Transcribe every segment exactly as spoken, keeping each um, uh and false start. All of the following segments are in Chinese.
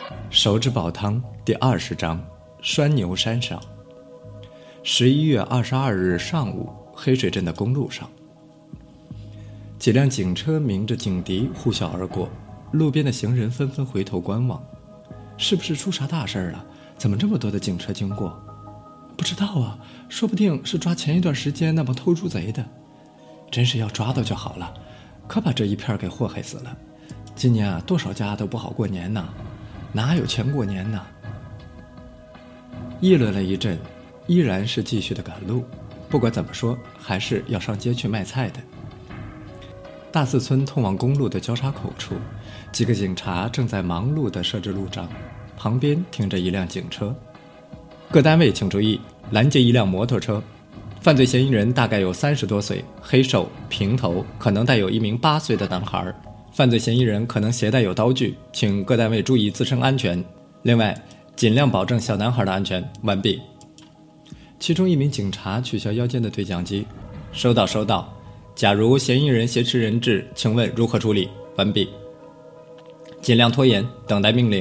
手指煲汤第二十章，拴牛山上。十一月二十二日上午，黑水镇的公路上，几辆警车鸣着警笛呼啸而过，路边的行人纷纷回头观望。是不是出啥大事了？怎么这么多的警车经过？不知道啊，说不定是抓前一段时间那帮偷猪贼的。真是要抓到就好了，可把这一片给祸害死了。今年啊，多少家都不好过年呢，哪有钱过年呢？议论了一阵，依然是继续的赶路。不管怎么说，还是要上街去卖菜的。大四村通往公路的交叉口处，几个警察正在忙碌地设置路障，旁边停着一辆警车。各单位请注意，拦截一辆摩托车，犯罪嫌疑人大概有三十多岁，黑瘦平头，可能带有一名八岁的男孩。犯罪嫌疑人可能携带有刀具，请各单位注意自身安全。另外，尽量保证小男孩的安全。完毕。其中一名警察取消腰间的对讲机，收到收到。假如嫌疑人挟持人质，请问如何处理？完毕。尽量拖延，等待命令。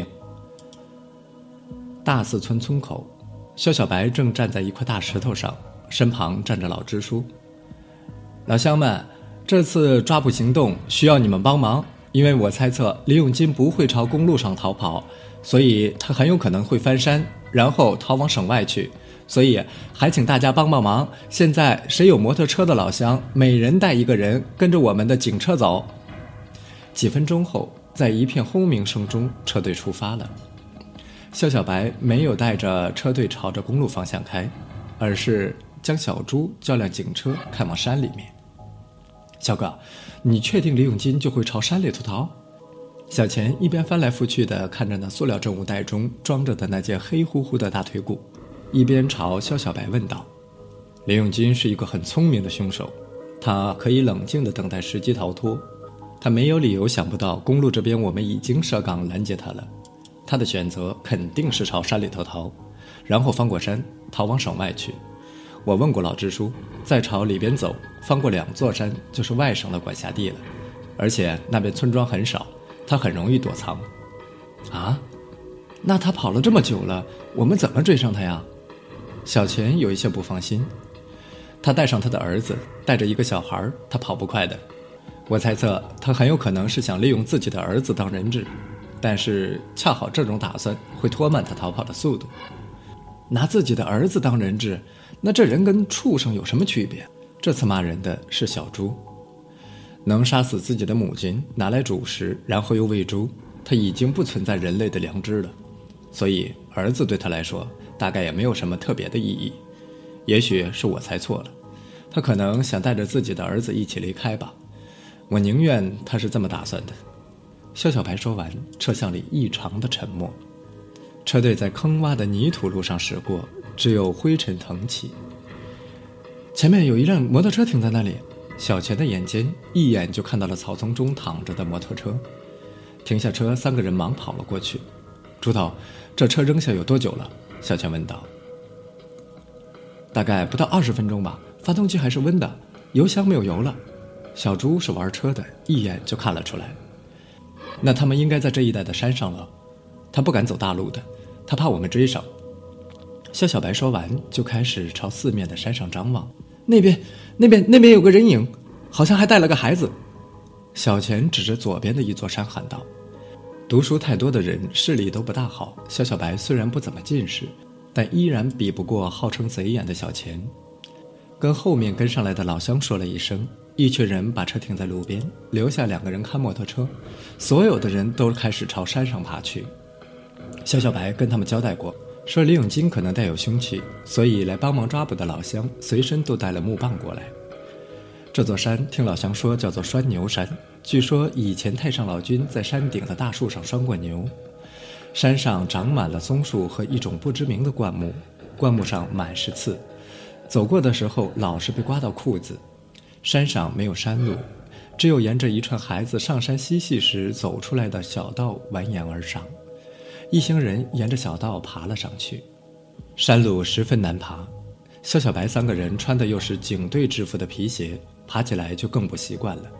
大四村村口，肖小白正站在一块大石头上，身旁站着老支书。老乡们，这次抓捕行动需要你们帮忙，因为我猜测李永金不会朝公路上逃跑，所以他很有可能会翻山，然后逃往省外去，所以还请大家帮帮忙。现在谁有摩托车的老乡，每人带一个人，跟着我们的警车走。几分钟后，在一片轰鸣声中，车队出发了。肖小白没有带着车队朝着公路方向开，而是将小猪叫辆警车开往山里面。小哥，你确定李永金就会朝山里头逃？小钱一边翻来覆去地看着那塑料证物袋中装着的那件黑乎乎的大腿骨，一边朝肖小白问道。李永金是一个很聪明的凶手，他可以冷静地等待时机逃脱，他没有理由想不到公路这边我们已经设岗拦截他了。他的选择肯定是朝山里头逃，然后翻过山逃往省外去。我问过老支书，再朝里边走，翻过两座山就是外省的管辖地了，而且那边村庄很少，他很容易躲藏。啊，那他跑了这么久了，我们怎么追上他呀？小钱有一些不放心。他带上他的儿子，带着一个小孩，他跑不快的。我猜测他很有可能是想利用自己的儿子当人质，但是恰好这种打算会拖慢他逃跑的速度。拿自己的儿子当人质，那这人跟畜生有什么区别？这次骂人的是小猪，能杀死自己的母亲拿来煮食，然后又喂猪，他已经不存在人类的良知了。所以儿子对他来说大概也没有什么特别的意义。也许是我猜错了，他可能想带着自己的儿子一起离开吧。我宁愿他是这么打算的。肖小白说完，车厢里异常的沉默。车队在坑洼的泥土路上驶过，只有灰尘腾起。前面有一辆摩托车停在那里，小钱的眼尖一眼就看到了草丛中躺着的摩托车。停下车，三个人忙跑了过去。猪头，这车扔下有多久了？小钱问道。大概不到二十分钟吧，发动机还是温的，油箱没有油了。小猪是玩车的，一眼就看了出来。那他们应该在这一带的山上了，他不敢走大路的，他怕我们追上。肖小白说完，就开始朝四面的山上张望。那边那边那边有个人影，好像还带了个孩子。小钱指着左边的一座山喊道。读书太多的人视力都不大好，肖小白虽然不怎么近视，但依然比不过号称贼眼的小钱。跟后面跟上来的老乡说了一声，一群人把车停在路边，留下两个人看摩托车，所有的人都开始朝山上爬去。肖小白跟他们交代过，说李永金可能带有凶器，所以来帮忙抓捕的老乡随身都带了木棒过来。这座山听老乡说叫做拴牛山，据说以前太上老君在山顶的大树上拴过牛。山上长满了松树和一种不知名的灌木，灌木上满是刺，走过的时候老是被刮到裤子。山上没有山路，只有沿着一串孩子上山嬉戏时走出来的小道蜿蜒而上。一行人沿着小道爬了上去，山路十分难爬。肖小白三个人穿的又是警队制服的皮鞋，爬起来就更不习惯了。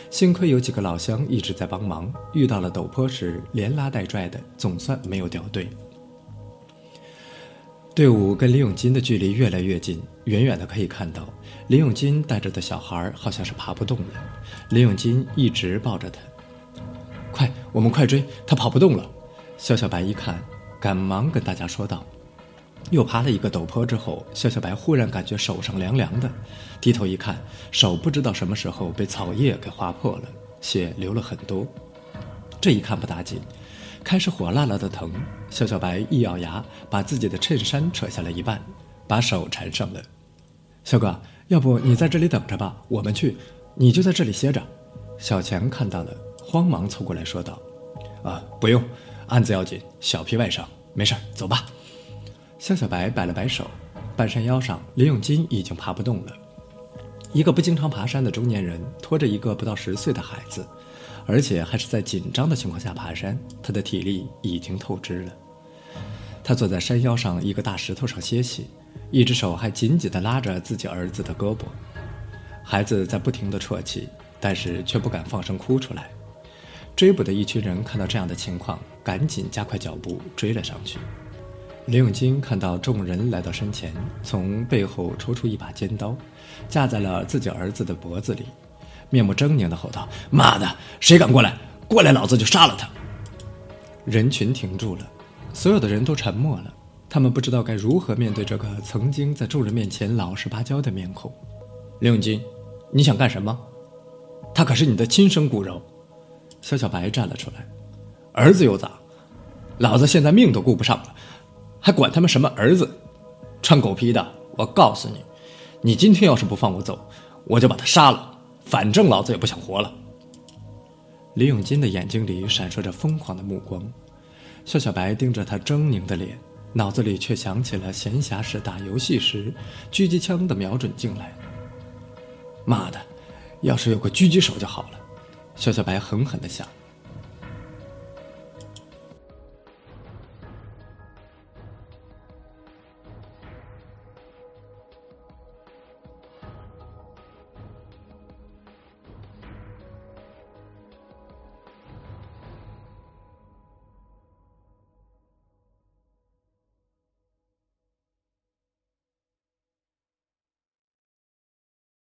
幸亏有几个老乡一直在帮忙，遇到了陡坡时连拉带拽的，总算没有掉队。队伍跟李永金的距离越来越近，远远的可以看到李永金带着的小孩好像是爬不动了，李永金一直抱着他。快，我们快追，他跑不动了。肖小白一看，赶忙跟大家说道。又爬了一个陡坡之后，肖小白忽然感觉手上凉凉的，低头一看，手不知道什么时候被草叶给划破了，血流了很多。这一看不打紧，开始火辣辣的疼。肖小白一咬牙，把自己的衬衫扯下来一半，把手缠上了。小哥，要不你在这里等着吧，我们去，你就在这里歇着。小强看到了，慌忙凑过来说道。啊，不用，案子要紧，小皮外伤，没事，走吧。肖小白摆了摆手，半山腰上，李永金已经爬不动了。一个不经常爬山的中年人拖着一个不到十岁的孩子，而且还是在紧张的情况下爬山，他的体力已经透支了。他坐在山腰上一个大石头上歇息，一只手还紧紧地拉着自己儿子的胳膊。孩子在不停地啜泣，但是却不敢放声哭出来。追捕的一群人看到这样的情况，赶紧加快脚步追了上去。李永金看到众人来到身前，从背后抽出一把尖刀，架在了自己儿子的脖子里，面目狰狞地吼道：妈的，谁敢过来，过来老子就杀了他。人群停住了，所有的人都沉默了，他们不知道该如何面对这个曾经在众人面前老实巴交的面孔。李永金，你想干什么？他可是你的亲生骨肉。肖小白站了出来。儿子又咋？老子现在命都顾不上了，还管他们什么儿子？穿狗皮的，我告诉你，你今天要是不放我走，我就把他杀了，反正老子也不想活了。李永金的眼睛里闪烁着疯狂的目光，肖小白盯着他狰狞的脸，脑子里却想起了闲暇时打游戏时狙击枪的瞄准镜来。妈的，要是有个狙击手就好了，肖小白狠狠地想。